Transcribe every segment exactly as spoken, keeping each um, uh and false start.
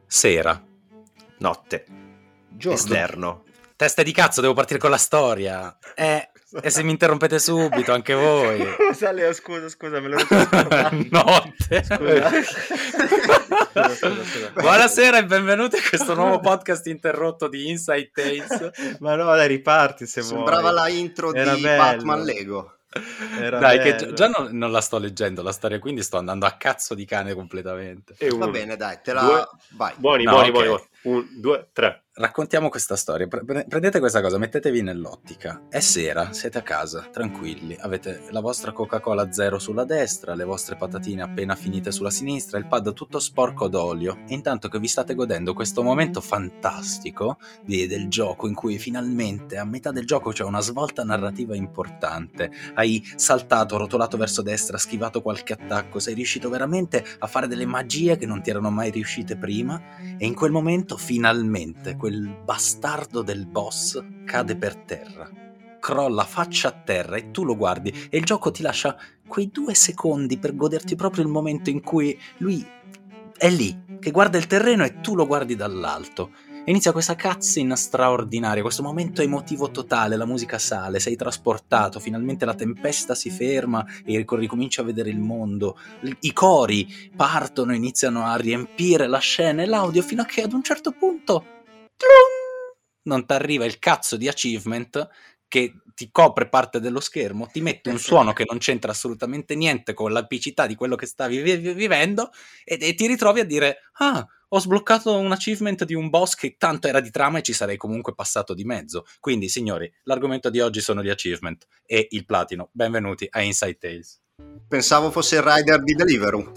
Sera. Notte. Giorno. Esterno. Testa di cazzo, devo partire con la storia. Eh, e se mi interrompete subito, anche voi. Scusa Leo, scusa, scusa, me lo ricordo. Notte. Scusa. Scusa, scusa, scusa. Buonasera e benvenuti a questo nuovo podcast interrotto di Inside Tales. Ma no, dai, riparti se vuoi. Sembrava la intro Era di bello. Batman Lego. Era Dai, bello. che già, già non, non la sto leggendo la storia, quindi sto andando a cazzo di cane completamente. E Va uno, bene, dai, te la... due, vai. buoni, No, buoni, ok. buoni, buoni. Un, due, tre. Raccontiamo questa storia. Pre- prendete questa cosa, mettetevi nell'ottica. È sera, siete a casa, tranquilli. Avete la vostra Coca-Cola zero sulla destra, le vostre patatine appena finite sulla sinistra, il pad tutto sporco d'olio. E intanto che vi state godendo questo momento fantastico di, del gioco, in cui finalmente a metà del gioco c'è una svolta narrativa importante. Hai saltato, rotolato verso destra, schivato qualche attacco, sei riuscito veramente a fare delle magie che non ti erano mai riuscite prima. E in quel momento finalmente quel bastardo del boss cade per terra, crolla faccia a terra e tu lo guardi e il gioco ti lascia quei due secondi per goderti proprio il momento in cui lui è lì, che guarda il terreno e tu lo guardi dall'alto. E inizia questa cutscene straordinaria, questo momento emotivo totale, la musica sale, sei trasportato, finalmente la tempesta si ferma e ricominci a vedere il mondo, i cori partono, iniziano a riempire la scena e l'audio fino a che ad un certo punto non ti arriva il cazzo di achievement che ti copre parte dello schermo, ti mette un suono che non c'entra assolutamente niente con l'epicità di quello che stavi vi- vi- vivendo e, e ti ritrovi a dire ah, ho sbloccato un achievement di un boss che tanto era di trama e ci sarei comunque passato di mezzo. Quindi signori, l'argomento di oggi sono gli achievement e il platino. Benvenuti a Inside Tales. Pensavo fosse il rider di Deliveroo.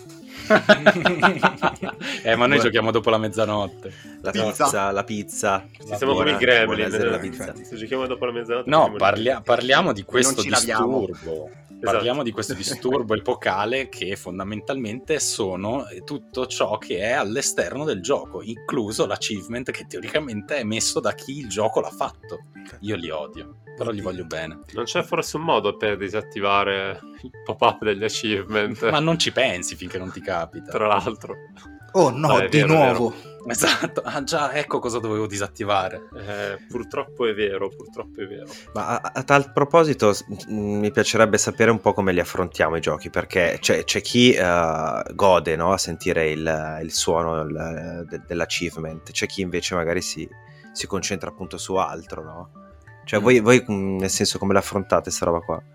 eh ma noi giochiamo dopo la mezzanotte. La Pizza. pizza, la pizza. Ci siamo come i gremlin. buonasera, la eh. pizza. Se giochiamo dopo la mezzanotte. No, facciamo parlia- il- parliamo di questo ci laviamo. disturbo. Esatto. Parliamo di questo disturbo epocale che fondamentalmente sono tutto ciò che è all'esterno del gioco, incluso l'achievement che teoricamente è messo da chi il gioco l'ha fatto. Io li odio, però li voglio bene. Non c'è forse un modo per disattivare il pop-up degli achievement? Ma non ci pensi finché non ti capita. Tra l'altro. Oh no, Ah, è di vero, è nuovo. Esatto, ah già, ecco cosa dovevo disattivare. Eh, purtroppo è vero, purtroppo è vero. Ma a, a tal proposito s- m- mi piacerebbe sapere un po' come li affrontiamo i giochi, perché c'è, c'è chi eh, gode, no, a sentire il, il suono il- de- dell'achievement, c'è chi invece magari si, si concentra appunto su altro, no? Cioè Mm. voi, voi mh, nel senso come l'affrontate sta roba qua?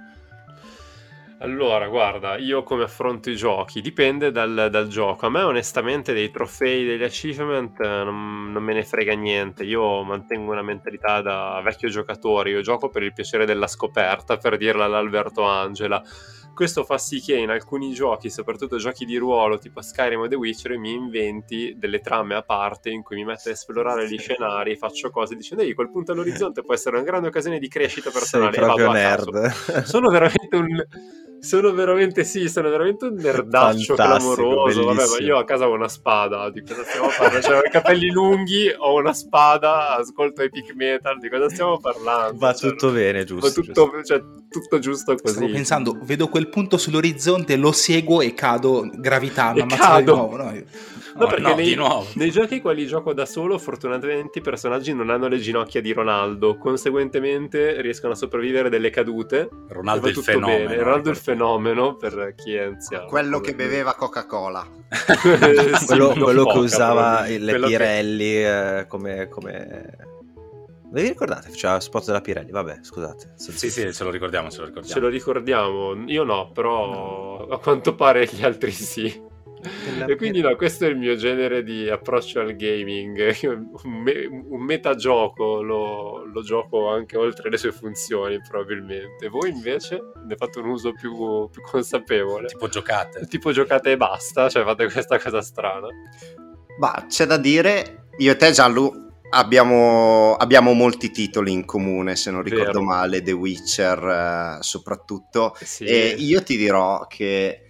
Allora, guarda, io come affronto i giochi dipende dal, dal gioco. A me onestamente dei trofei, degli achievement eh, non, non me ne frega niente. Io mantengo una mentalità da vecchio giocatore. Io gioco per il piacere della scoperta, per dirla all'Alberto Angela. Questo fa sì che in alcuni giochi, soprattutto giochi di ruolo tipo Skyrim o The Witcher, mi inventi delle trame a parte in cui mi metto a esplorare gli scenari, faccio cose dicendo ehi, quel punto all'orizzonte può essere una grande occasione di crescita Sei personale. E proprio vado a caso. nerd. Sono veramente un sono veramente sì, sono veramente un nerdaccio Fantastico, clamoroso. Vabbè, ma bellissimo. io a casa ho una spada, di cosa stiamo parlando? Cioè, ho i capelli lunghi, ho una spada, ascolto epic metal, di cosa stiamo parlando? Va Cioè, tutto bene, va giusto, tutto, cioè, tutto giusto così. Stavo pensando, vedo quel punto sull'orizzonte, lo seguo e cado, gravità, mi E ammazzerà di cado. nuovo. No? Io- No, Oh, perché no, nei, di nuovo. nei giochi quali gioco da solo, fortunatamente i personaggi non hanno le ginocchia di Ronaldo, conseguentemente riescono a sopravvivere delle cadute. Ronaldo Va il tutto fenomeno. bene. Ronaldo il ecco. fenomeno per chi è anziano. Quello che Come me. beveva Coca-Cola. Sì, quello, lo quello che foca, usava probabilmente. le Quello che- Pirelli eh, come, come... Non vi ricordate? Faceva lo spot della Pirelli, vabbè, scusate. Sì, sì, ce lo ricordiamo, ce lo ricordiamo. Ce lo ricordiamo, io no, però a quanto pare gli altri sì. Della E quindi no, questo è il mio genere di approccio al gaming. Io un, me- un metagioco lo, lo gioco anche oltre le sue funzioni, probabilmente. Voi invece ne fate un uso più, più consapevole. Tipo giocate. Tipo giocate e basta, cioè fate questa cosa strana. Ma c'è da dire, io e te Gianlu abbiamo, abbiamo molti titoli in comune, se non ricordo Vero. male, The Witcher eh, soprattutto. Sì. E io ti dirò che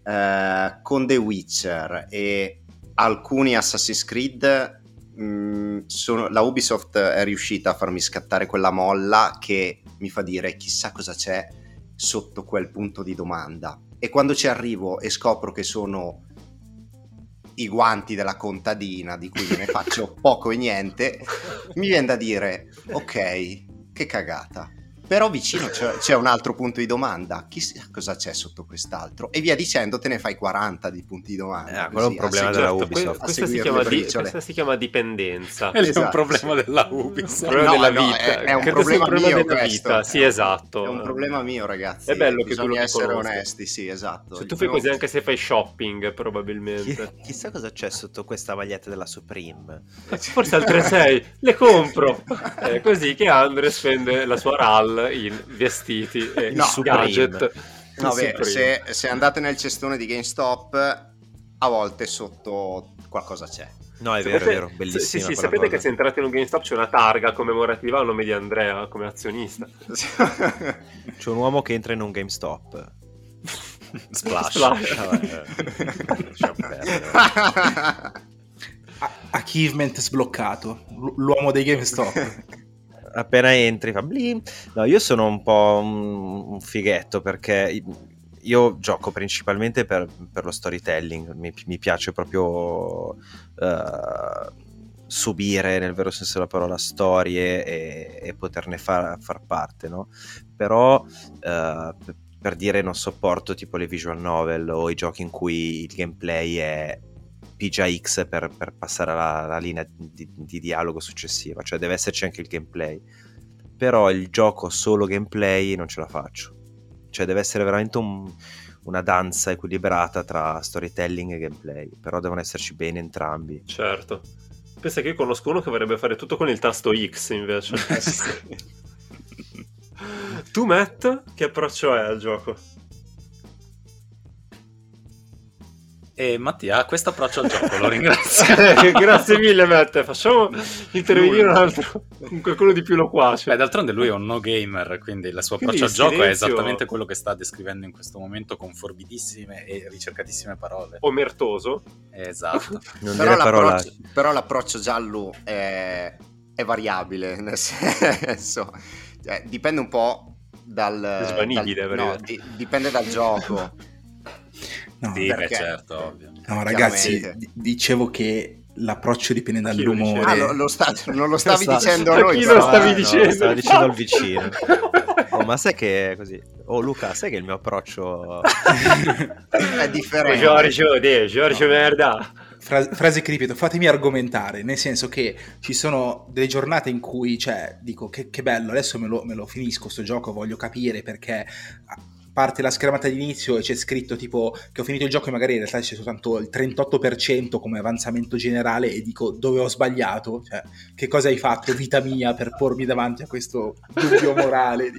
eh, con The Witcher e alcuni Assassin's Creed mh, sono, la Ubisoft è riuscita a farmi scattare quella molla che mi fa dire chissà cosa c'è sotto quel punto di domanda. E quando ci arrivo e scopro che sono i guanti della contadina, di cui ne faccio poco e niente, mi viene da dire, ok, che cagata. Però vicino c'è, c'è un altro punto di domanda, chissà cosa c'è sotto quest'altro, e via dicendo te ne fai quaranta di punti di domanda. Eh, quello è un problema della certo, Ubisoft. que- questa, si chiama di- questa si chiama dipendenza. È Esatto, un problema sì. della Ubisoft. Un problema No, della no, vita. è- è un Credo sia problema mio della questo. vita. Sì, esatto. È un problema mio, ragazzi. È bello che tu Bisogna lo essere riconosca. onesti, sì, esatto. Se tu fai Io- così anche se fai shopping, Chi- probabilmente. chissà cosa c'è sotto questa maglietta della Supreme. Forse altre sei le compro. È così che Andre spende la sua R A L in vestiti e No, gadget. No, beh, Supreme. se, se andate nel cestone di GameStop, a volte sotto qualcosa c'è. No, è vero, Sapete- è vero, bellissima. Sì, sì, quella sapete cosa. che se entrate in un GameStop c'è una targa commemorativa al nome di Andrea come azionista. C'è un uomo che entra in un GameStop. Splash. Splash. Vabbè, lasciamo perdere. A- achievement sbloccato. L- l'uomo dei GameStop. Appena entri fa blim. No, io sono un po' un, un fighetto perché io gioco principalmente per, per lo storytelling, mi, mi piace proprio uh, subire nel vero senso della parola storie e, e poterne far, far parte, no? Però uh, per dire non sopporto tipo le visual novel o i giochi in cui il gameplay è pigia X per, per passare alla, alla linea di, di dialogo successiva, cioè deve esserci anche il gameplay, però il gioco solo gameplay non ce la faccio, cioè deve essere veramente un, una danza equilibrata tra storytelling e gameplay, però devono esserci bene entrambi. Certo. Pensa che io conosco uno che vorrebbe fare tutto con il tasto X invece. Tu, Matt, che approccio hai al gioco? E Mattia ha questo approccio al gioco, lo ringrazio. Grazie mille, Matt. Facciamo intervenire un altro, un qualcuno di più loquace. Beh, d'altronde lui è un no gamer, quindi il suo Quindi approccio al il gioco è silenzio- esattamente quello che sta descrivendo in questo momento con forbidissime e ricercatissime parole. Omertoso. Esatto. Non Però dire parola. l'approccio, però l'approccio giallo è, è variabile, nel senso, cioè, dipende un po' dal... È svanibile, dal- no, praticamente. di- dipende dal gioco. No, Sì, beh, perché? certo, ovvio. no, ragazzi, Chiaramente. d- dicevo che l'approccio dipende Chi lo dall'umore. Ah, lo, lo sta- non lo stavi Sta- dicendo a a noi, chi però, lo stavi eh. dicendo? Stavo dicendo al vicino. Oh, ma sai che è così? Oh Luca, sai che il mio approccio È differente. Giorgio, de, Giorgio merda. Fra- frase che ripeto, fatemi argomentare, nel senso che ci sono delle giornate in cui, cioè, dico che, che bello, adesso me lo, me lo finisco sto gioco, voglio capire perché parte la schermata d'inizio e c'è scritto tipo che ho finito il gioco e magari in realtà c'è soltanto il trentotto per cento come avanzamento generale e dico dove ho sbagliato, cioè che cosa hai fatto vita mia per pormi davanti a questo dubbio morale.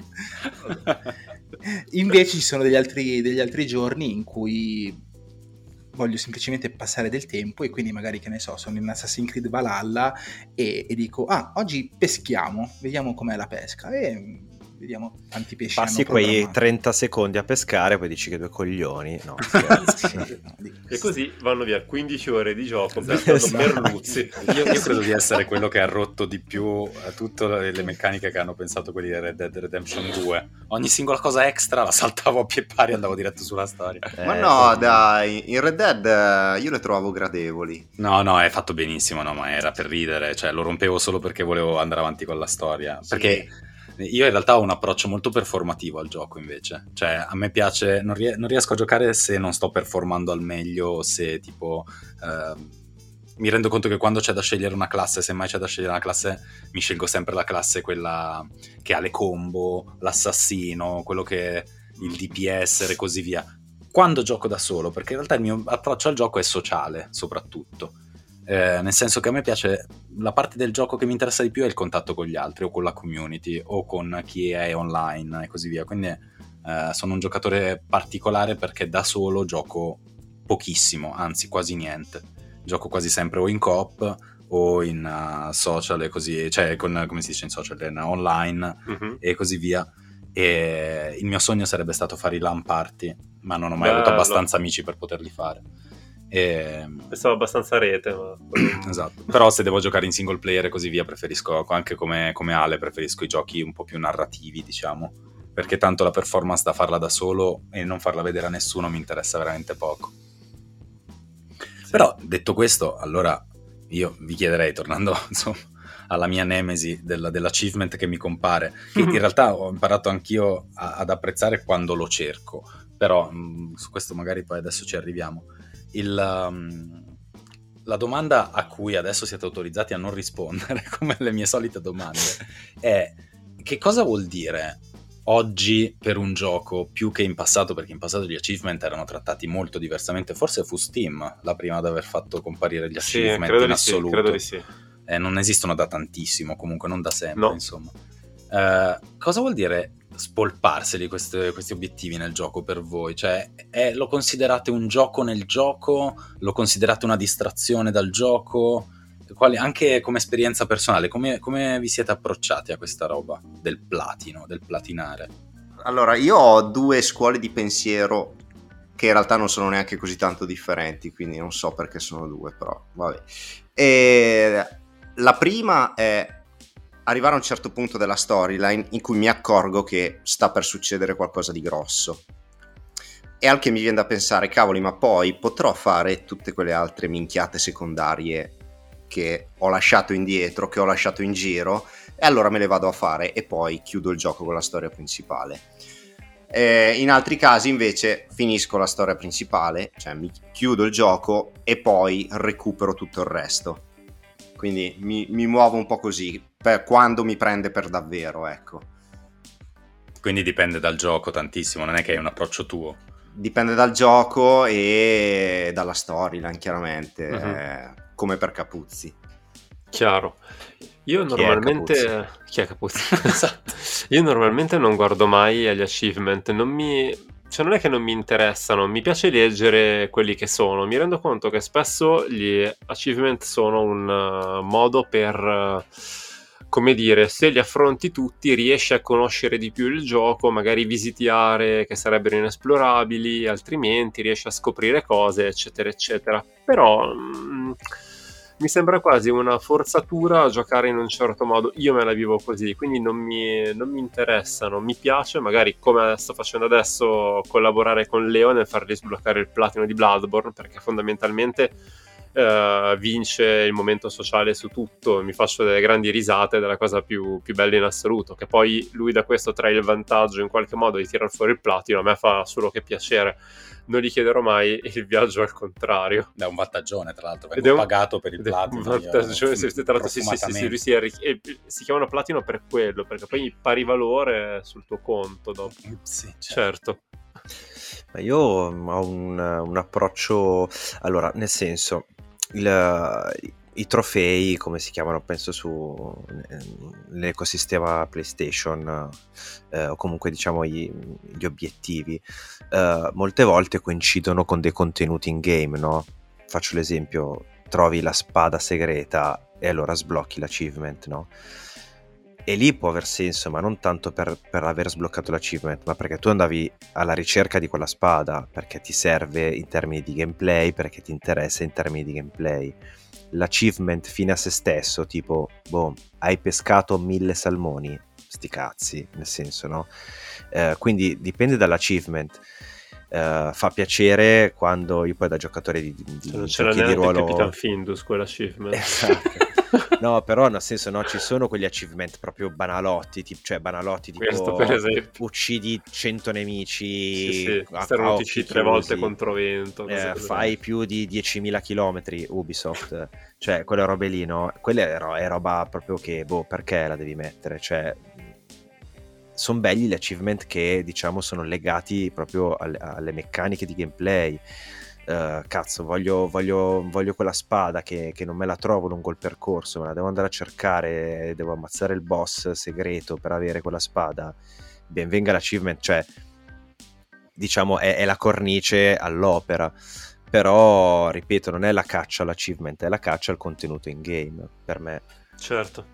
Invece ci sono degli altri, degli altri giorni in cui voglio semplicemente passare del tempo e quindi magari, che ne so, sono in Assassin's Creed Valhalla e, e dico, ah, oggi peschiamo, vediamo com'è la pesca e vediamo quanti pesci passi hanno quei programmato. trenta secondi a pescare, poi dici che due coglioni. No, scherzo. Sì, no, dico- E così vanno via quindici ore di gioco per Esatto. merluzzi. Io, io credo di essere quello che ha rotto di più a tutte le meccaniche che hanno pensato quelli di Red Dead Redemption due. Ogni singola cosa extra la saltavo a pie pari e andavo diretto sulla storia. Ma Eh, no, sì. dai, in Red Dead eh, io le trovavo gradevoli. No, no, è fatto benissimo, no, ma era per ridere, cioè lo rompevo solo perché volevo andare avanti con la storia, Sì. perché io in realtà ho un approccio molto performativo al gioco invece, cioè a me piace, non, rie- non riesco a giocare se non sto performando al meglio, se tipo ehm, mi rendo conto che quando c'è da scegliere una classe, se mai c'è da scegliere una classe, mi scelgo sempre la classe quella che ha le combo, l'assassino, quello che il D P S e così via. Quando gioco da solo, perché in realtà il mio approccio al gioco è sociale soprattutto. Eh, nel senso che a me piace, la parte del gioco che mi interessa di più è il contatto con gli altri o con la community o con chi è online e così via, quindi eh, sono un giocatore particolare perché da solo gioco pochissimo, anzi quasi niente, gioco quasi sempre o in coop o in uh, social e così, cioè con, come si dice in social, in online Mhm. e così via. E il mio sogno sarebbe stato fare i LAN party, ma non ho mai avuto Bello. abbastanza amici per poterli fare. E... Pensavo abbastanza rete, ma esatto. Però se devo giocare in single player e così via, preferisco, anche come, come Ale, preferisco i giochi un po' più narrativi, diciamo, perché tanto la performance da farla da solo e non farla vedere a nessuno mi interessa veramente poco. Sì. Però detto questo, allora io vi chiederei, tornando insomma alla mia nemesi della, dell'achievement che mi compare, che in realtà ho imparato anch'io a, ad apprezzare quando lo cerco, però mh, su questo magari poi adesso ci arriviamo. Il, um, la domanda a cui adesso siete autorizzati a non rispondere, come le mie solite domande, è: che cosa vuol dire oggi per un gioco più che in passato? Perché in passato gli achievement erano trattati molto diversamente. Forse fu Steam la prima ad aver fatto comparire gli achievement sì, credo in di sì, assoluto. credo di sì. Eh, non esistono da tantissimo, comunque non da sempre, no. insomma. Eh, cosa vuol dire spolparseli queste, questi obiettivi nel gioco per voi? Cioè, è, lo considerate un gioco nel gioco? Lo considerate una distrazione dal gioco? Quali, anche come esperienza personale, come, come vi siete approcciati a questa roba del platino, del platinare? Allora, io ho due scuole di pensiero che in realtà non sono neanche così tanto differenti, quindi non so perché sono due, però vabbè. E la prima è arrivare a un certo punto della storyline in cui mi accorgo che sta per succedere qualcosa di grosso. E al che mi viene da pensare, cavoli, ma poi potrò fare tutte quelle altre minchiate secondarie che ho lasciato indietro, che ho lasciato in giro, e allora me le vado a fare e poi chiudo il gioco con la storia principale. Eh, in altri casi invece finisco la storia principale, cioè mi chiudo il gioco e poi recupero tutto il resto. Quindi mi, mi muovo un po' così, per quando mi prende per davvero, ecco. Quindi dipende dal gioco tantissimo, non è che è un approccio tuo. Dipende dal gioco e dalla storyline, chiaramente, uh-huh. eh, come per Capuzzi. Chiaro. Io Chi normalmente... È Capuzzi? Chi è Capuzzi? Esatto. Io normalmente non guardo mai agli achievement, non mi... Cioè non è che non mi interessano, mi piace leggere quelli che sono. Mi rendo conto che spesso gli achievement sono un uh, modo per, uh, come dire, se li affronti tutti riesci a conoscere di più il gioco, magari visiti aree che sarebbero inesplorabili, altrimenti riesci a scoprire cose, eccetera, eccetera. Però... Mm, mi sembra quasi una forzatura a giocare in un certo modo. Io me la vivo così, quindi non mi, non mi interessano. Mi piace, magari come sto facendo adesso, collaborare con Leo nel fargli sbloccare il platino di Bloodborne, perché fondamentalmente eh, vince il momento sociale su tutto. Mi faccio delle grandi risate della cosa più, più bella in assoluto, che poi lui da questo trae il vantaggio in qualche modo di tirar fuori il platino. A me fa solo che piacere. Non gli chiederò mai il viaggio al contrario. È un vantaggone, tra l'altro, perché ho un, pagato per il platino. Un vantaggio, sì, tra l'altro, sì, sì, sì, sì, lui si, è, eh, si chiamano platino per quello, perché poi pari valore sul tuo conto dopo. Sì, certo. Ma io ho un, un approccio, allora, nel senso, il, i trofei, come si chiamano, penso su nell'ecosistema PlayStation, eh, o comunque diciamo gli, gli obiettivi, eh, molte volte coincidono con dei contenuti in game, no? Faccio l'esempio, trovi la spada segreta e allora sblocchi l'achievement, no? E lì può aver senso, ma non tanto per, per aver sbloccato l'achievement, ma perché tu andavi alla ricerca di quella spada, perché ti serve in termini di gameplay, perché ti interessa in termini di gameplay. L'achievement fine a se stesso, tipo, boh, hai pescato mille salmoni, sti cazzi, nel senso, no? Eh, quindi dipende dall'achievement. Uh, fa piacere quando io poi da giocatore di, di non c'era neanche il Capitan Findus quell'achievement. Esatto. No, però nel senso, no, ci sono quegli achievement proprio banalotti, tipo, cioè banalotti tipo questo per esempio, uccidi cento nemici, sì, sì. Starnutici tre volte contro vento, eh, fai più di diecimila chilometri, Ubisoft, cioè quelle robe lì, no? Quella è, ro- è roba proprio che, boh, perché la devi mettere? Cioè sono belli gli achievement che diciamo sono legati proprio alle, alle meccaniche di gameplay. Uh, cazzo, voglio, voglio, voglio quella spada che, che non me la trovo lungo il percorso, me la devo andare a cercare, devo ammazzare il boss segreto per avere quella spada. Ben venga l'achievement, cioè diciamo è, è la cornice all'opera, però ripeto, non è la caccia all'achievement, è la caccia al contenuto in game per me. Certo.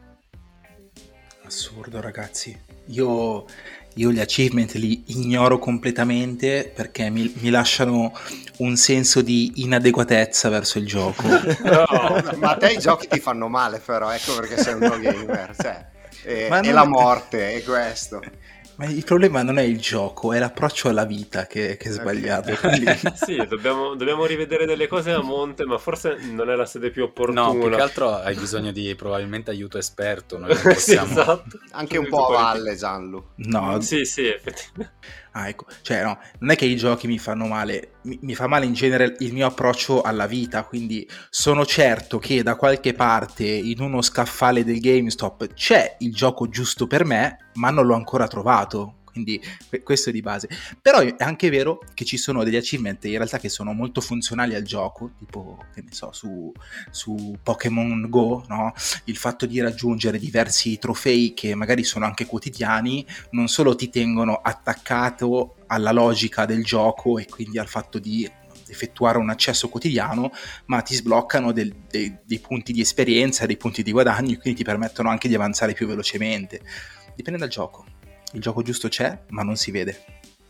Assurdo, ragazzi. Io, io gli achievement li ignoro completamente perché mi, mi lasciano un senso di inadeguatezza verso il gioco. No, ma a te i giochi ti fanno male, però ecco perché sei un no gamer, cioè, e, ma e non... la morte è questo. Ma il problema non è il gioco, è l'approccio alla vita che, che è sbagliato. Okay. Quindi... Sì, dobbiamo, dobbiamo rivedere delle cose a monte, ma forse non è la sede più opportuna. No, più che altro hai bisogno di probabilmente aiuto esperto. Noi non possiamo... Sì, esatto. Anche un po' a valle, Gianlu. No, Sì, sì, effettivamente. Ah, ecco, cioè no, non è che i giochi mi fanno male, mi, mi fa male in genere il mio approccio alla vita, quindi sono certo che da qualche parte in uno scaffale del GameStop c'è il gioco giusto per me, ma non l'ho ancora trovato, quindi questo è di base. Però è anche vero che ci sono degli achievement in realtà che sono molto funzionali al gioco, tipo, che ne so, su, su Pokémon Go, no? Il fatto di raggiungere diversi trofei che magari sono anche quotidiani, non solo ti tengono attaccato alla logica del gioco e quindi al fatto di effettuare un accesso quotidiano, ma ti sbloccano del, dei, dei punti di esperienza, dei punti di guadagno e quindi ti permettono anche di avanzare più velocemente. Dipende dal gioco. Il gioco giusto c'è, ma non si vede.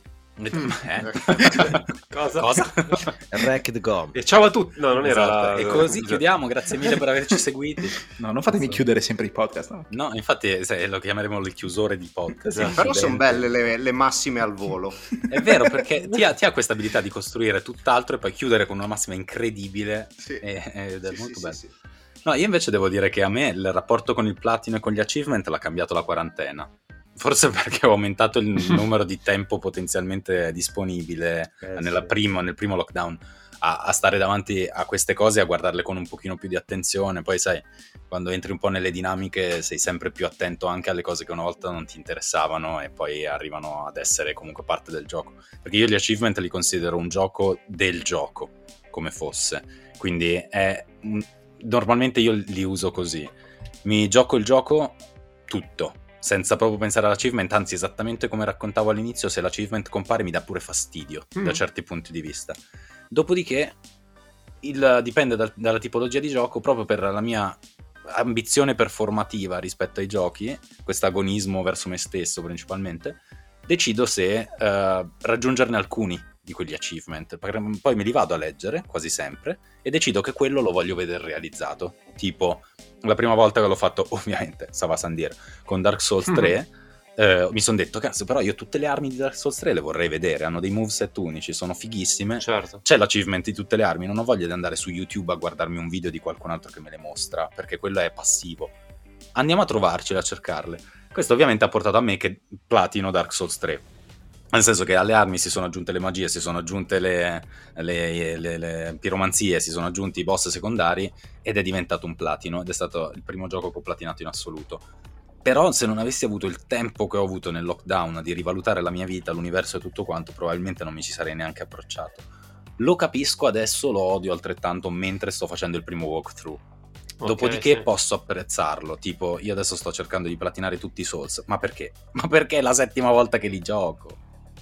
Mm. Eh? Cosa? Cosa? Wrecked Gom. E ciao a tutti. No, non Esatto. era la... E così chiudiamo, grazie mille per averci seguiti. No, non fatemi chiudere sempre i podcast. No, no infatti se, lo chiameremo il chiusore di podcast. Esatto. Però sono belle le, le massime al volo. È vero, perché ti ha, ti ha questa abilità di costruire tutt'altro e poi chiudere con una massima incredibile. Sì. E, ed è sì, molto sì, bello. sì, sì. No, io invece devo dire che a me il rapporto con il platino e con gli achievement l'ha cambiato la quarantena. Forse perché ho aumentato il numero di tempo potenzialmente disponibile eh, nella sì. prima, nel primo lockdown a, a stare davanti a queste cose e a guardarle con un pochino più di attenzione. Poi sai, quando entri un po' nelle dinamiche sei sempre più attento anche alle cose che una volta non ti interessavano e poi arrivano ad essere comunque parte del gioco. Perché io gli achievement li considero un gioco del gioco, come fosse. Quindi è, normalmente io li uso così. Mi gioco il gioco tutto, senza proprio pensare all'achievement, anzi esattamente come raccontavo all'inizio, se l'achievement compare mi dà pure fastidio mm. da certi punti di vista. Dopodiché il, dipende da, dalla tipologia di gioco, proprio per la mia ambizione performativa rispetto ai giochi, questo agonismo verso me stesso principalmente, decido se uh, raggiungerne alcuni di quegli achievement, poi me li vado a leggere quasi sempre e decido che quello lo voglio vedere realizzato. Tipo la prima volta che l'ho fatto, ovviamente Sava Sandir con Dark Souls tre, mm. eh, mi sono detto cazzo, però io tutte le armi di Dark Souls tre le vorrei vedere, hanno dei moveset unici, sono fighissime, certo. C'è l'achievement di tutte le armi, non ho voglia di andare su YouTube a guardarmi un video di qualcun altro che me le mostra, perché quello è passivo. Andiamo a trovarcele, a cercarle. Questo ovviamente ha portato a me che platino Dark Souls tre, nel senso che alle armi si sono aggiunte le magie, si sono aggiunte le, le, le, le piromanzie, si sono aggiunti i boss secondari ed è diventato un platino ed è stato il primo gioco che ho platinato in assoluto. Però se non avessi avuto il tempo che ho avuto nel lockdown di rivalutare la mia vita, l'universo e tutto quanto, probabilmente non mi ci sarei neanche approcciato. Lo capisco adesso, lo odio altrettanto mentre sto facendo il primo walkthrough. Okay, dopodiché sì. Posso apprezzarlo, tipo io adesso sto cercando di platinare tutti i Souls, ma perché? Ma perché è la settima volta che li gioco?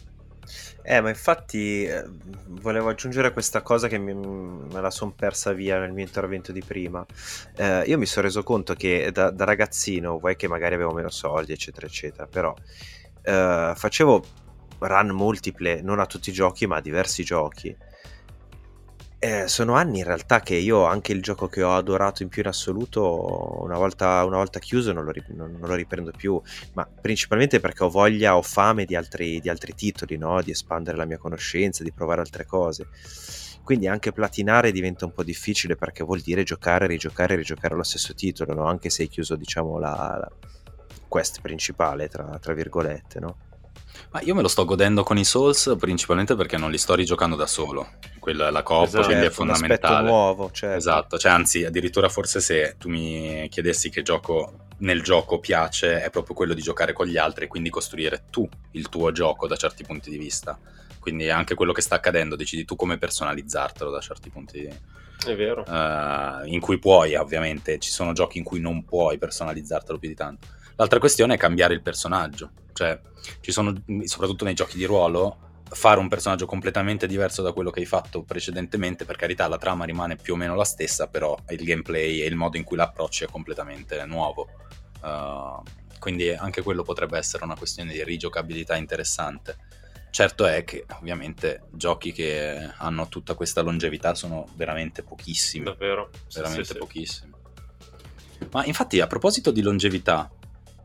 Eh, ma infatti eh, volevo aggiungere questa cosa che mi, me la son persa via nel mio intervento di prima. Eh, io mi sono reso conto che da, da ragazzino, vuoi che magari avevo meno soldi, eccetera, eccetera, però eh, facevo run multiple, non a tutti i giochi, ma a diversi giochi. Eh, sono anni in realtà che io anche il gioco che ho adorato in più in assoluto una volta, una volta chiuso non lo, non, non lo riprendo più, ma principalmente perché ho voglia, ho fame di altri, di altri titoli, no? Di espandere la mia conoscenza, di provare altre cose, quindi anche platinare diventa un po' difficile perché vuol dire giocare, rigiocare, rigiocare lo stesso titolo, no? Anche se hai chiuso diciamo la, la quest principale tra, tra virgolette, no? Ma io me lo sto godendo con i Souls principalmente perché non li sto rigiocando da solo. Quella, la coop, esatto, quindi è fondamentale. Un aspetto nuovo, certo. Esatto, cioè anzi addirittura forse se tu mi chiedessi che gioco nel gioco piace è proprio quello di giocare con gli altri e quindi costruire tu il tuo gioco da certi punti di vista. Quindi anche quello che sta accadendo decidi tu come personalizzartelo da certi punti di vista. È vero. Uh, in cui puoi, ovviamente, ci sono giochi in cui non puoi personalizzartelo più di tanto. L'altra questione è cambiare il personaggio, cioè ci sono, soprattutto nei giochi di ruolo, fare un personaggio completamente diverso da quello che hai fatto precedentemente. Per carità, la trama rimane più o meno la stessa, però il gameplay e il modo in cui l'approcci è completamente nuovo. Uh, quindi anche quello potrebbe essere una questione di rigiocabilità interessante. Certo è che ovviamente giochi che hanno tutta questa longevità sono veramente pochissimi. Davvero? Veramente sì, sì, pochissimi. Sì. Ma infatti, a proposito di longevità,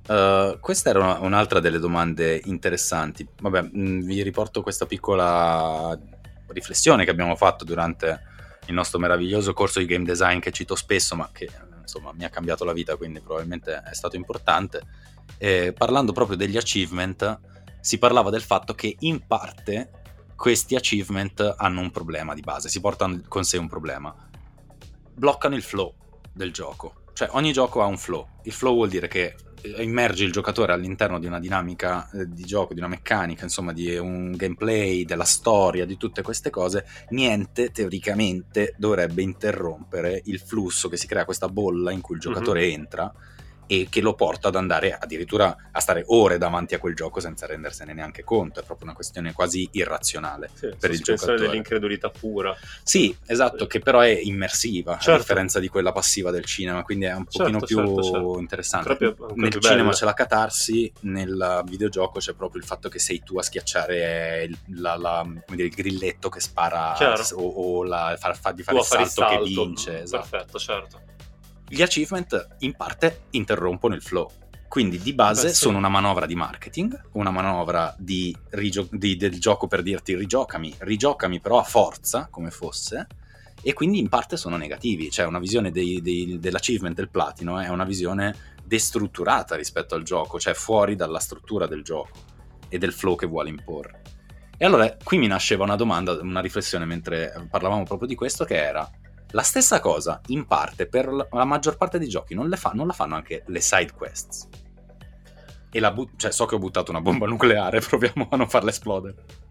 Uh, questa era una, un'altra delle domande interessanti. Vabbè, mh, vi riporto questa piccola riflessione che abbiamo fatto durante il nostro meraviglioso corso di game design che cito spesso, ma che insomma mi ha cambiato la vita, quindi probabilmente è stato importante. E parlando proprio degli achievement, si parlava del fatto che in parte questi achievement hanno un problema di base, si portano con sé un problema. Bloccano il flow del gioco. Cioè ogni gioco ha un flow. Il flow vuol dire che immergi il giocatore all'interno di una dinamica eh, di gioco, di una meccanica, insomma di un gameplay, della storia, di tutte queste cose. Niente teoricamente dovrebbe interrompere il flusso che si crea, questa bolla in cui il giocatore mm-hmm. entra e che lo porta ad andare addirittura a stare ore davanti a quel gioco senza rendersene neanche conto. È proprio una questione quasi irrazionale, sì, per il giocatore, dell'incredulità pura. Sì, esatto, sì. Che però è immersiva, certo. A differenza di quella passiva del cinema, quindi è un pochino certo, più certo, certo. interessante. Proprio, nel più cinema c'è la catarsi, nel videogioco c'è proprio il fatto che sei tu a schiacciare il, la, la, come dire, il grilletto che spara o, o la, fa, fa, di fare il salto, salto che vince. Esatto. Perfetto, certo. Gli achievement in parte interrompono il flow, quindi di base Beh, sì. sono una manovra di marketing, una manovra di, rigio- di del gioco per dirti rigiocami, rigiocami però a forza, come fosse, e quindi in parte sono negativi. Cioè una visione dei, dei, dell'achievement del platino è una visione destrutturata rispetto al gioco, cioè fuori dalla struttura del gioco e del flow che vuole imporre. E allora qui mi nasceva una domanda, una riflessione mentre parlavamo proprio di questo, che era: la stessa cosa, in parte, per la maggior parte dei giochi non, le fa, non la fanno anche le side quests. E la but- cioè, so che ho buttato una bomba nucleare, proviamo a non farla esplodere.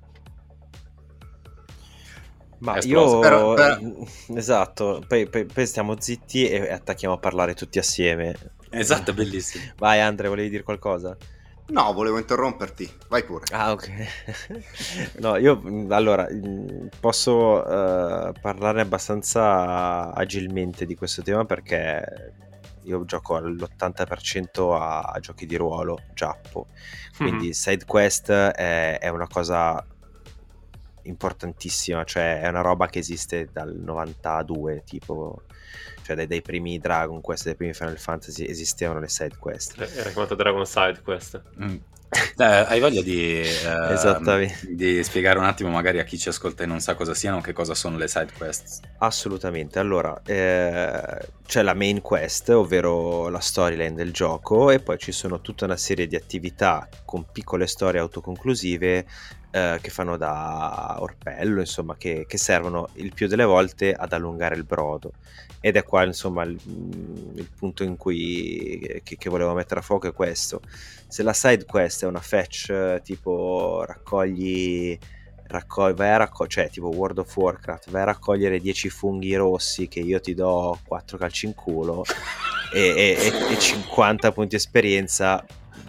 Ma io... Per, per... Esatto, poi, poi, poi stiamo zitti e attacchiamo a parlare tutti assieme. Esatto, è bellissimo. Vai Andre, volevi dire qualcosa? No, volevo interromperti, vai pure. Ah, ok. No, io allora posso uh, parlare abbastanza agilmente di questo tema perché io gioco all'ottanta per cento a, a giochi di ruolo giappo, quindi mm-hmm. side quest è, è una cosa importantissima, cioè è una roba che esiste dal novantadue tipo, cioè dai, dai primi Dragon Quest, dai primi Final Fantasy esistevano le side quest. Era chiamato Dragon Side Quest. Mm. Eh, hai voglia di, eh, di spiegare un attimo magari a chi ci ascolta e non sa cosa siano, che cosa sono le side quest? Assolutamente, allora eh, c'è la main quest, ovvero la storyline del gioco, e poi ci sono tutta una serie di attività con piccole storie autoconclusive eh, che fanno da orpello, insomma, che, che servono il più delle volte ad allungare il brodo. Ed è qua insomma il, il punto in cui che, che volevo mettere a fuoco è questo: se la side quest è una fetch tipo raccogli, raccogli vai a raccog- cioè tipo World of Warcraft, vai a raccogliere dieci funghi rossi che io ti do quattro calci in culo e, e, e cinquanta punti esperienza,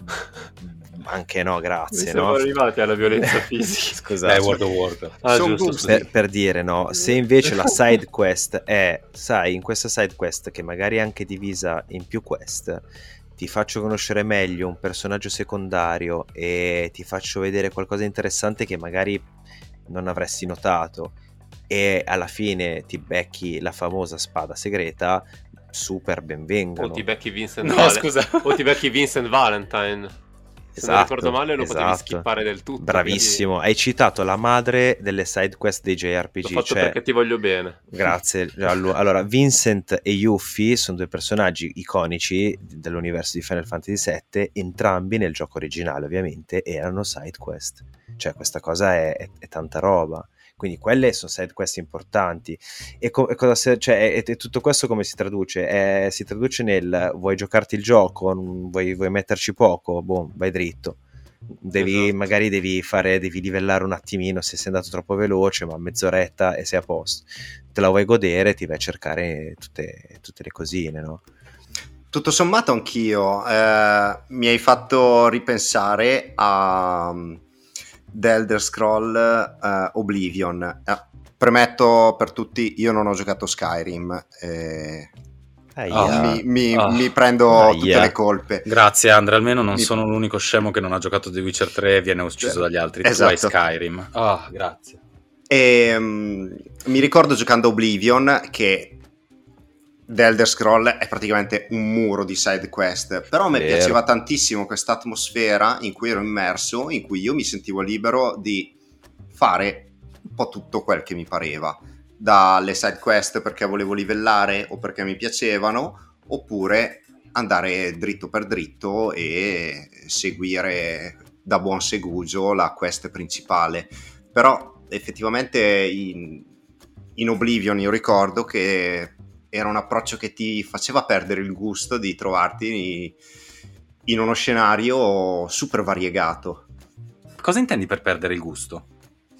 anche no, grazie. Siamo no? arrivati alla violenza fisica. Scusate, eh, World of Warcraft. Ah, giusto, per, per dire, no, se invece la side quest è, sai, in questa side quest che magari è anche divisa in più quest, ti faccio conoscere meglio un personaggio secondario e ti faccio vedere qualcosa di interessante che magari non avresti notato, e alla fine ti becchi la famosa spada segreta, super benvengano. O ti becchi Vincent no, Valen- scusa. o ti becchi Vincent Valentine. Se esatto, non ricordo male lo esatto. potevi skippare del tutto. Bravissimo, quindi... hai citato la madre delle side quest dei J R P G. L'ho fatto cioè... perché ti voglio bene. Grazie Giallo. Allora, Vincent e Yuffie sono due personaggi iconici dell'universo di Final Fantasy sette, entrambi nel gioco originale ovviamente erano side quest, cioè questa cosa è, è, è tanta roba. Quindi quelle sono side quest importanti. E, co- e cosa se- cioè, e, e tutto questo come si traduce? Eh, si traduce nel: vuoi giocarti il gioco, vuoi, vuoi metterci poco, boh, vai dritto. Devi, esatto. Magari devi fare, devi livellare un attimino se sei andato troppo veloce, ma mezz'oretta e sei a posto. Te la vuoi godere, ti vai a cercare tutte, tutte le cosine, no? Tutto sommato anch'io eh, mi hai fatto ripensare a The Elder Scroll uh, Oblivion. Eh, premetto per tutti, io non ho giocato Skyrim, eh, oh, mi, mi, oh. mi prendo oh, tutte yeah. le colpe. Grazie Andre, almeno non mi... sono l'unico scemo che non ha giocato The Witcher tre e viene ucciso dagli altri. Esatto. Tu hai Skyrim. Oh, grazie. E, um, mi ricordo giocando Oblivion che The Elder Scroll è praticamente un muro di side quest, però a me Vero. piaceva tantissimo questa atmosfera in cui ero immerso, in cui io mi sentivo libero di fare un po' tutto quel che mi pareva, dalle side quest perché volevo livellare o perché mi piacevano, oppure andare dritto per dritto e seguire da buon segugio la quest principale. Però effettivamente in, in Oblivion io ricordo che era un approccio che ti faceva perdere il gusto di trovarti in uno scenario super variegato. Cosa intendi per perdere il gusto?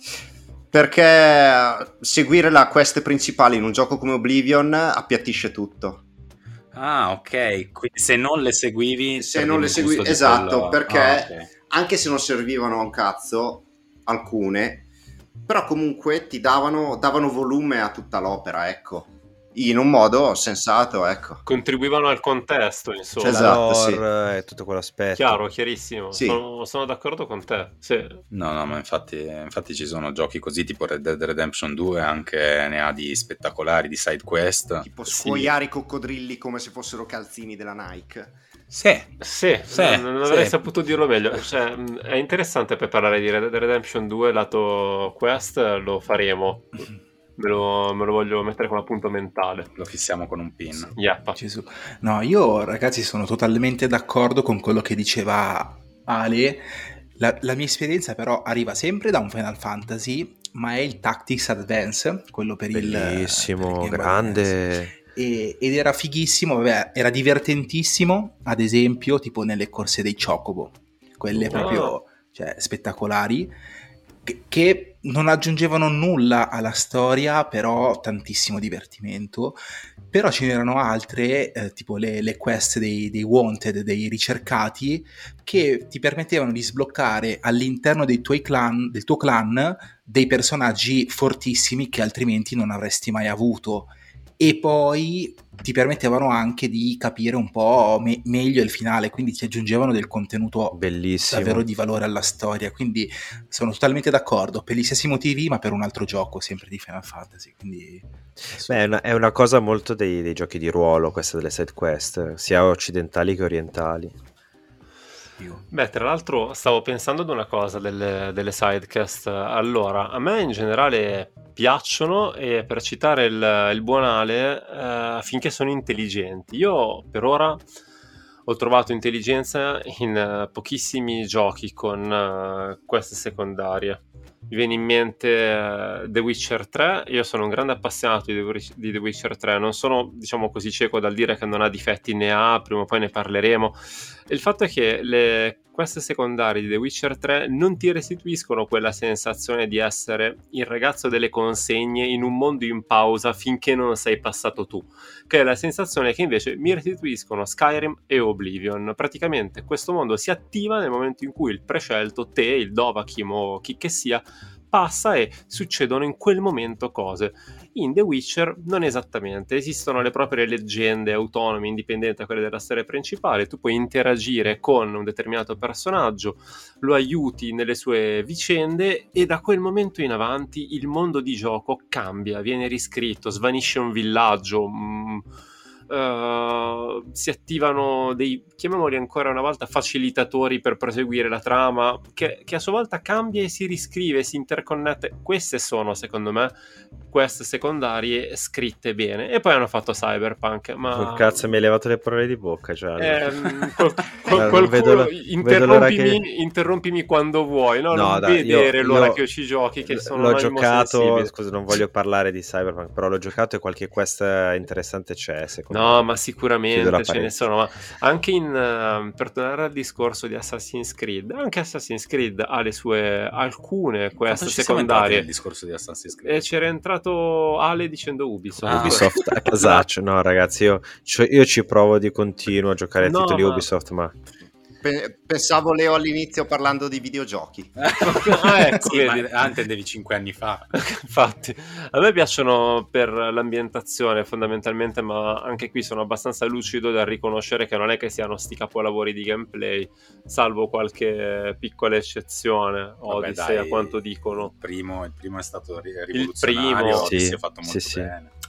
Perché seguire la quest principale in un gioco come Oblivion appiattisce tutto. Ah, ok. Quindi se non le seguivi... Se non le seguivi, esatto, quello... perché ah, okay. Anche se non servivano a un cazzo, alcune, però comunque ti davano, davano volume a tutta l'opera, ecco. In un modo sensato, ecco. Contribuivano al contesto, insomma. Cioè, esatto, lore sì. e tutto quell'aspetto. Chiaro, chiarissimo. Sì. Sono, sono d'accordo con te. Sì. No, no, ma infatti, infatti ci sono giochi così, tipo Red Dead Redemption due, anche ne ha di spettacolari, di side quest. Tipo scuoiare i coccodrilli come se fossero calzini della Nike. Sì, Sì, sì, non, non avrei sì. saputo dirlo meglio. Cioè, mh, è interessante per parlare di Red Dead Redemption due lato quest, lo faremo. Me lo, me lo voglio mettere con appunto mentale. Lo fissiamo con un pin. Yappa. Gesù. No, io ragazzi sono totalmente d'accordo con quello che diceva Ale. La, la mia esperienza però arriva sempre da un Final Fantasy, ma è il Tactics Advance, quello per il Bellissimo, per il Game Boy grande. Advance. E, ed era fighissimo, vabbè, era divertentissimo, ad esempio tipo nelle corse dei Chocobo, quelle Oh. proprio cioè, spettacolari, che, che non aggiungevano nulla alla storia, però tantissimo divertimento. Però ce n'erano altre, eh, tipo le, le quest dei, dei wanted, dei ricercati, che ti permettevano di sbloccare all'interno dei tuoi clan, del tuo clan dei personaggi fortissimi che altrimenti non avresti mai avuto. E poi ti permettevano anche di capire un po' me- meglio il finale, quindi ti aggiungevano del contenuto Bellissimo. davvero di valore alla storia. Quindi sono totalmente d'accordo, per gli stessi motivi, ma per un altro gioco, sempre di Final Fantasy. Quindi Beh, è, una, è una cosa molto dei, dei giochi di ruolo, questa delle side quest, sia occidentali che orientali. Beh, tra l'altro stavo pensando ad una cosa delle, delle sidecast. Allora, a me in generale piacciono, e per citare il, il buon Ale, eh, finché sono intelligenti. Io per ora ho trovato intelligenza in eh, pochissimi giochi con eh, queste secondarie. Mi viene in mente uh, The Witcher tre. Io sono un grande appassionato di The, di The Witcher tre, non sono, diciamo così, cieco dal dire che non ha difetti, ne ha, prima o poi ne parleremo. Il fatto è che le queste secondarie di The Witcher tre non ti restituiscono quella sensazione di essere il ragazzo delle consegne in un mondo in pausa finché non sei passato tu, che è la sensazione che invece mi restituiscono Skyrim e Oblivion. Praticamente questo mondo si attiva nel momento in cui il prescelto, te, il Dovahkiin o chi che sia, passa e succedono in quel momento cose. In The Witcher non esattamente, esistono le proprie leggende autonome, indipendenti da quelle della storia principale. Tu puoi interagire con un determinato personaggio, lo aiuti nelle sue vicende e da quel momento in avanti il mondo di gioco cambia, viene riscritto, svanisce un villaggio, mh, Uh, si attivano dei, chiamiamoli ancora una volta, facilitatori per proseguire la trama, che, che a sua volta cambia e si riscrive, si interconnette. Queste sono, secondo me, queste secondarie scritte bene. E poi hanno fatto Cyberpunk, ma oh, cazzo, mi hai levato le parole di bocca, cioè. ehm, qual, qual, Guarda, qualcuno, vedo la- interrompimi, vedo l'ora che- interrompimi quando vuoi, no? No, non dai, vedere io- l'ora io che io ci giochi, che sono l'ho un animo giocato, sensibile. scusa, non voglio parlare di Cyberpunk, però l'ho giocato e qualche quest interessante c'è, secondo No, me. ma Chiudo sicuramente la ce ne parentesi. sono, ma anche in, eh, per tornare al discorso di Assassin's Creed, anche Assassin's Creed ha le sue alcune quest Quanto ci siamo entrati secondarie. nel discorso di Assassin's Creed? E c'era entrato Ale dicendo Ubisoft. Ah, Ubisoft a casaccio, no ragazzi, io, cioè, io ci provo di continuo a giocare a No, titoli ma- Ubisoft, ma Pe- pensavo Leo all'inizio parlando di videogiochi. Ah, ecco, sì, vedi. ma ah, intendevi cinque anni fa. Infatti, a me piacciono per l'ambientazione fondamentalmente, ma anche qui sono abbastanza lucido da riconoscere che non è che siano sti capolavori di gameplay, salvo qualche piccola eccezione. Vabbè, Odyssey, dai, a quanto dicono. Il primo, il primo è stato ri- primo, rivoluzionario, sì, si è fatto molto sì, sì. bene.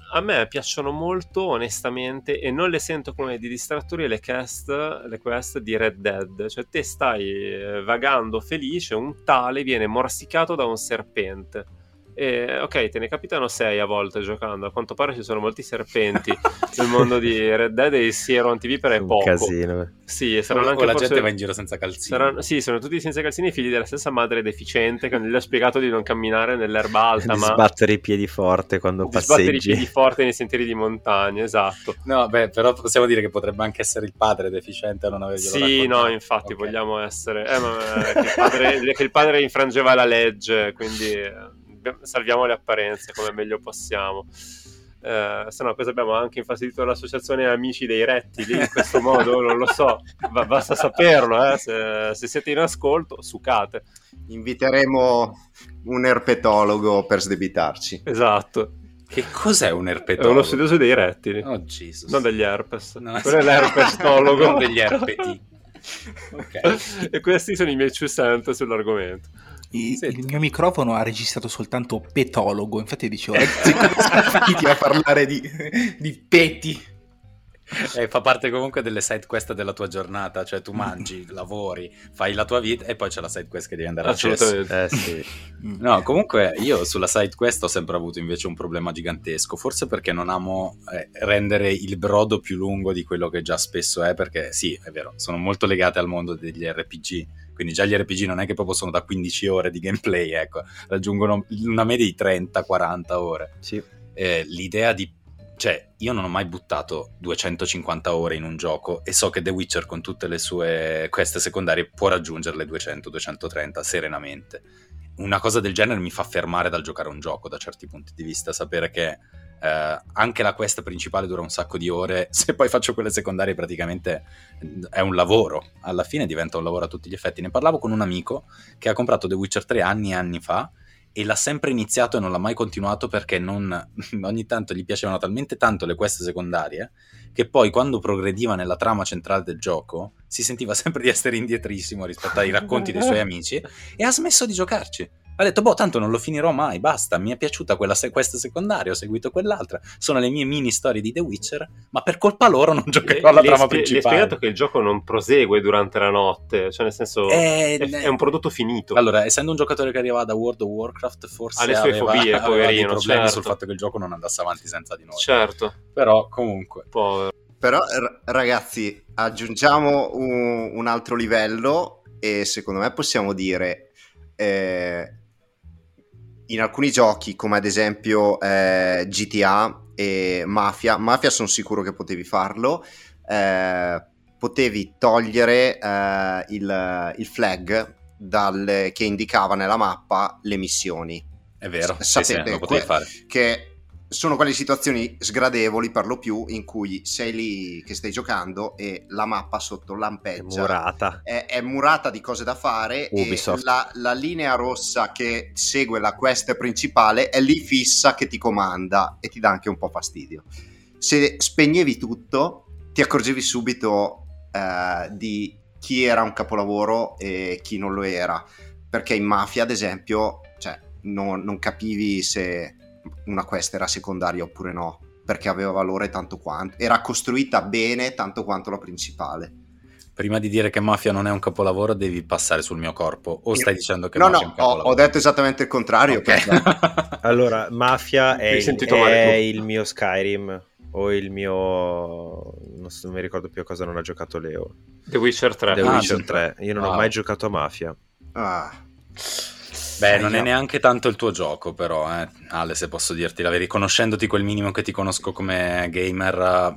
a me piacciono molto onestamente, e non le sento come dei distrattori, le quest, le quest di Red Dead. Cioè te stai vagando felice, un tale viene morsicato da un serpente. E, ok, te ne capitano sei a volte giocando. A quanto pare ci sono molti serpenti nel mondo di Red Dead, e il siero antivipera è Un poco. casino. Sì, saranno O anche la forse... gente va in giro senza calzini. Saranno... Sì, sono tutti senza calzini, figli della stessa madre deficiente che non gli ha spiegato di non camminare nell'erba alta, Di ma sbattere i piedi forte quando di sbattere i passeggi. piedi forte nei sentieri di montagna, esatto. No, beh, però possiamo dire che potrebbe anche essere il padre deficiente a non averglielo Sì, raccontato. no, infatti Ok. vogliamo essere... Eh, ma, che, il padre, che il padre infrangeva la legge, quindi eh, salviamo le apparenze come meglio possiamo. Eh, se no, cosa abbiamo anche infastidito l'associazione Amici dei Rettili in questo modo, non lo so, ba- basta saperlo, eh. se, se siete in ascolto, sucate. Inviteremo un erpetologo per sdebitarci. Esatto, Che cos'è un è erpetologo? uno studioso dei rettili, Oh, Jesus. non degli herpes. No, Quello è l'herpestologo. non degli erpeti. Ok. E questi sono i miei two cent sull'argomento. Il, Senti. il mio microfono ha registrato soltanto petologo, infatti dicevo, ragazzi, come siamo finiti a parlare di, di peti? Eh, fa parte comunque delle side quest della tua giornata, cioè tu mangi, lavori, fai la tua vita e poi c'è la side quest che devi andare a cesso. Assolutamente. Eh sì. No, comunque io sulla side quest ho sempre avuto invece un problema gigantesco, forse perché non amo eh, rendere il brodo più lungo di quello che già spesso è, perché sì, è vero, sono molto legate al mondo degli R P G, quindi già gli R P G non è che proprio sono da quindici ore di gameplay, ecco, raggiungono una media di trenta quaranta ore. Sì. Eh, l'idea di... Cioè, io non ho mai buttato duecentocinquanta ore in un gioco e so che The Witcher con tutte le sue quest secondarie può raggiungere le duecento duecentotrenta serenamente. Una cosa del genere mi fa fermare dal giocare un gioco da certi punti di vista, sapere che eh, anche la quest principale dura un sacco di ore, se poi faccio quelle secondarie praticamente è un lavoro, alla fine diventa un lavoro a tutti gli effetti. Ne parlavo con un amico che ha comprato The Witcher tre anni e anni fa e l'ha sempre iniziato e non l'ha mai continuato perché non, ogni tanto gli piacevano talmente tanto le quest secondarie che poi quando progrediva nella trama centrale del gioco si sentiva sempre di essere indietrissimo rispetto ai racconti dei suoi amici e ha smesso di giocarci. Ha detto, boh, tanto non lo finirò mai, basta, mi è piaciuta quella se- quest secondaria, ho seguito quell'altra, sono le mie mini storie di The Witcher, ma per colpa loro non giocherò alla Le- trama le spie- Le hai principale. spiegato che il gioco non prosegue durante la notte, cioè nel senso Eh, è, è un prodotto finito. Allora, essendo un giocatore che arrivava da World of Warcraft, forse Ha le sue aveva, fobie, aveva poverino, dei problemi certo. sul fatto che il gioco non andasse avanti senza di noi. Certo, Però, comunque, povero. Però r- ragazzi, aggiungiamo un, un altro livello e secondo me possiamo dire eh, in alcuni giochi come ad esempio eh, G T A e Mafia, Mafia sono sicuro che potevi farlo, eh, potevi togliere eh, il, il flag dal, che indicava nella mappa le missioni. è vero, S- sì, sì, sapete lo potevi que- fare. che sono quelle situazioni sgradevoli per lo più in cui sei lì che stai giocando e la mappa sotto È lampeggia, murata. è, è murata di cose da fare Ubisoft. e la, la linea rossa che segue la quest principale è lì fissa che ti comanda e ti dà anche un po' fastidio. Se spegnevi tutto ti accorgevi subito eh, di chi era un capolavoro e chi non lo era, perché in Mafia ad esempio cioè, non, non capivi se una quest era secondaria oppure no, perché aveva valore tanto quanto era costruita bene tanto quanto la principale. Prima di dire che Mafia non è un capolavoro devi passare sul mio corpo, o stai dicendo che no Mafia è no un ho, capolavoro? ho detto esattamente il contrario. Ok. perché- Allora, Mafia è, Hai il, sentito male è tu. il mio Skyrim o il mio... non, so- non mi ricordo più a cosa non ha giocato Leo. The Witcher tre. The Ah, Witcher sì. tre. Io non Wow. ho mai giocato a Mafia. ah. Beh, non è Io- neanche tanto il tuo gioco, però, eh. Ale, se posso dirti la verità, conoscendoti quel minimo che ti conosco come gamer, eh,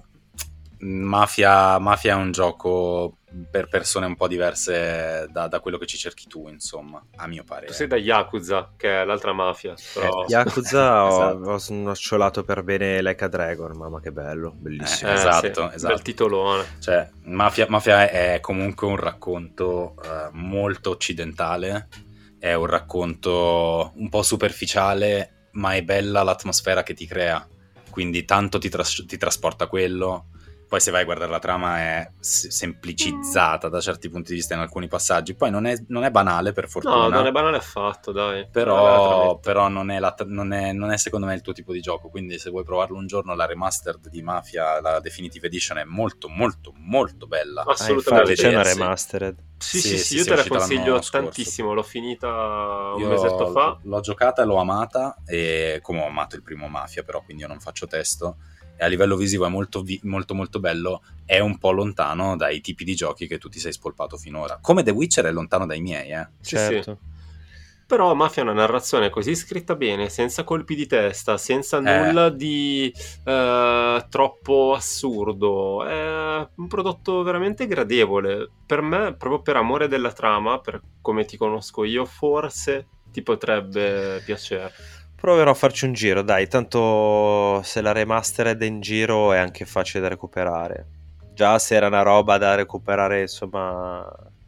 Mafia, Mafia è un gioco per persone un po' diverse da, da quello che ci cerchi tu, insomma, a mio parere. Tu sei da Yakuza, che è l'altra mafia, però... Eh, Yakuza ho, Esatto. ho snocciolato per bene Like a Dragon, mamma che bello, bellissimo. Eh, Eh, esatto, sì, esatto. bel titolone. Cioè, Mafia, Mafia è comunque un racconto eh, molto occidentale, è un racconto un po' superficiale, ma è bella l'atmosfera che ti crea, quindi tanto ti, tras- ti trasporta quello. poi se vai a guardare la trama è s- semplicizzata da certi punti di vista in alcuni passaggi, poi non è, non è banale per fortuna. No, non è banale affatto, dai. Però, però non, è la, non, è, non è secondo me il tuo tipo di gioco, quindi se vuoi provarlo un giorno la remastered di Mafia, la Definitive Edition è molto molto molto bella. Assolutamente. Ah, c'è una remastered. Sì, sì, sì, sì, io te la consiglio tantissimo, l'ho finita un io mesetto fa. L'ho giocata e l'ho amata, e come ho amato il primo Mafia, però quindi io non faccio testo, e a livello visivo è molto, vi- molto molto bello, è un po' lontano dai tipi di giochi che tu ti sei spolpato finora, come The Witcher è lontano dai miei, eh. Sì, Certo. sì. Però Mafia è una narrazione così scritta bene, senza colpi di testa, senza Eh. nulla di eh, troppo assurdo. È un prodotto veramente gradevole. Per me, proprio per amore della trama, per come ti conosco io, forse ti potrebbe piacere. Proverò a farci un giro, dai, tanto se la remastered è in giro è anche facile da recuperare. Già se era una roba da recuperare, insomma,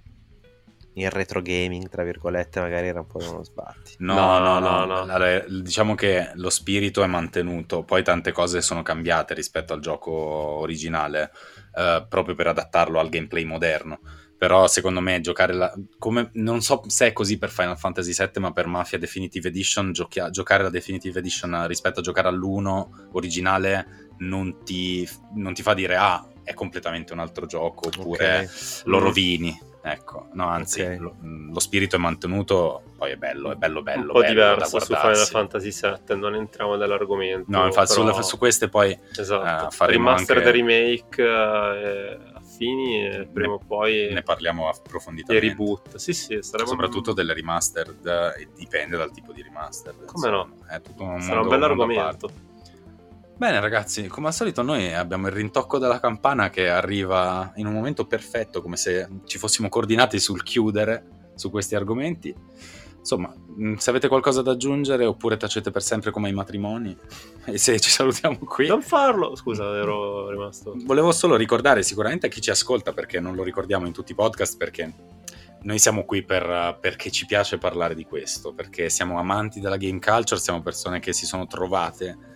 in retro gaming, tra virgolette, magari era un po' uno sbatti. No, No, no, no, no, no. Allora, diciamo che lo spirito è mantenuto, poi tante cose sono cambiate rispetto al gioco originale, eh, proprio per adattarlo al gameplay moderno. Però secondo me giocare la, come, non so se è così per Final Fantasy sette, ma per Mafia Definitive Edition giochi- giocare la Definitive Edition rispetto a giocare all'uno originale non ti, non ti fa dire ah, è completamente un altro gioco, oppure Ok. lo Mm. rovini. Ecco, no, anzi, Ok. lo, lo spirito è mantenuto, poi è bello, è bello, bello, un po' bello diverso da su Final guardarsi. Fantasy sette, non entriamo nell'argomento. No, infatti però... sulle- su queste poi Esatto. eh, faremo Remaster anche- e remake eh, affini e prima o poi ne parliamo i approfonditamente. reboot. Sì, sì, sarebbe Soprattutto delle remastered, e dipende dal tipo di remastered. Come insomma, no? È tutto un sarà un mondo- bel un mondo a argomento. parte. Bene ragazzi, come al solito noi abbiamo il rintocco della campana che arriva in un momento perfetto, come se ci fossimo coordinati sul chiudere su questi argomenti. Insomma, mh, se avete qualcosa da aggiungere oppure tacete per sempre come ai matrimoni, e se ci salutiamo qui. Non farlo! Scusa, ero rimasto... Volevo solo ricordare sicuramente a chi ci ascolta, perché non lo ricordiamo in tutti i podcast, perché noi siamo qui per, perché ci piace parlare di questo, perché siamo amanti della game culture, siamo persone che si sono trovate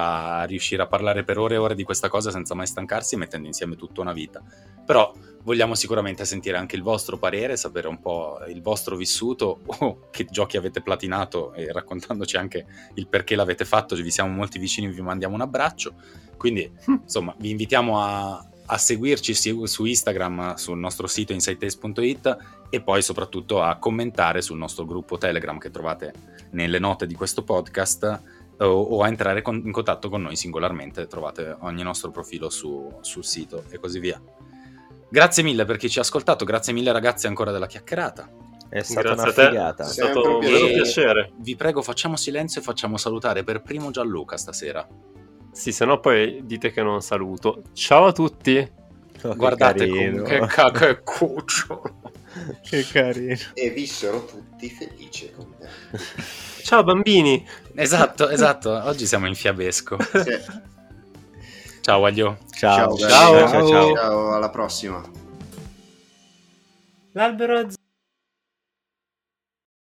a riuscire a parlare per ore e ore di questa cosa senza mai stancarsi, mettendo insieme tutta una vita. Però vogliamo sicuramente sentire anche il vostro parere, sapere un po' il vostro vissuto, o che giochi avete platinato, e raccontandoci anche il perché l'avete fatto. Vi siamo molti vicini, vi mandiamo un abbraccio. Quindi insomma vi invitiamo a, a seguirci su Instagram, sul nostro sito inside tales punto it, e poi soprattutto a commentare sul nostro gruppo Telegram che trovate nelle note di questo podcast, o, o a entrare con, in contatto con noi singolarmente. Trovate ogni nostro profilo su, sul sito e così via. Grazie mille per chi ci ha ascoltato, grazie mille ragazzi ancora della chiacchierata. È stata Grazie una a te. figata. È Sempre stato un un vero piacere. piacere. Vi prego, facciamo silenzio e facciamo salutare per primo Gianluca stasera. Sì, se no poi dite che non saluto. Ciao a tutti! Oh, che Guardate carino. con che cacchio che cuccio. Che carino. E vissero tutti felici con me. Ciao bambini! Esatto, esatto, oggi siamo in fiabesco. Sì. Ciao Aglio. Ciao. Ciao, ciao, belli. ciao, ciao. Ciao, alla prossima. L'albero è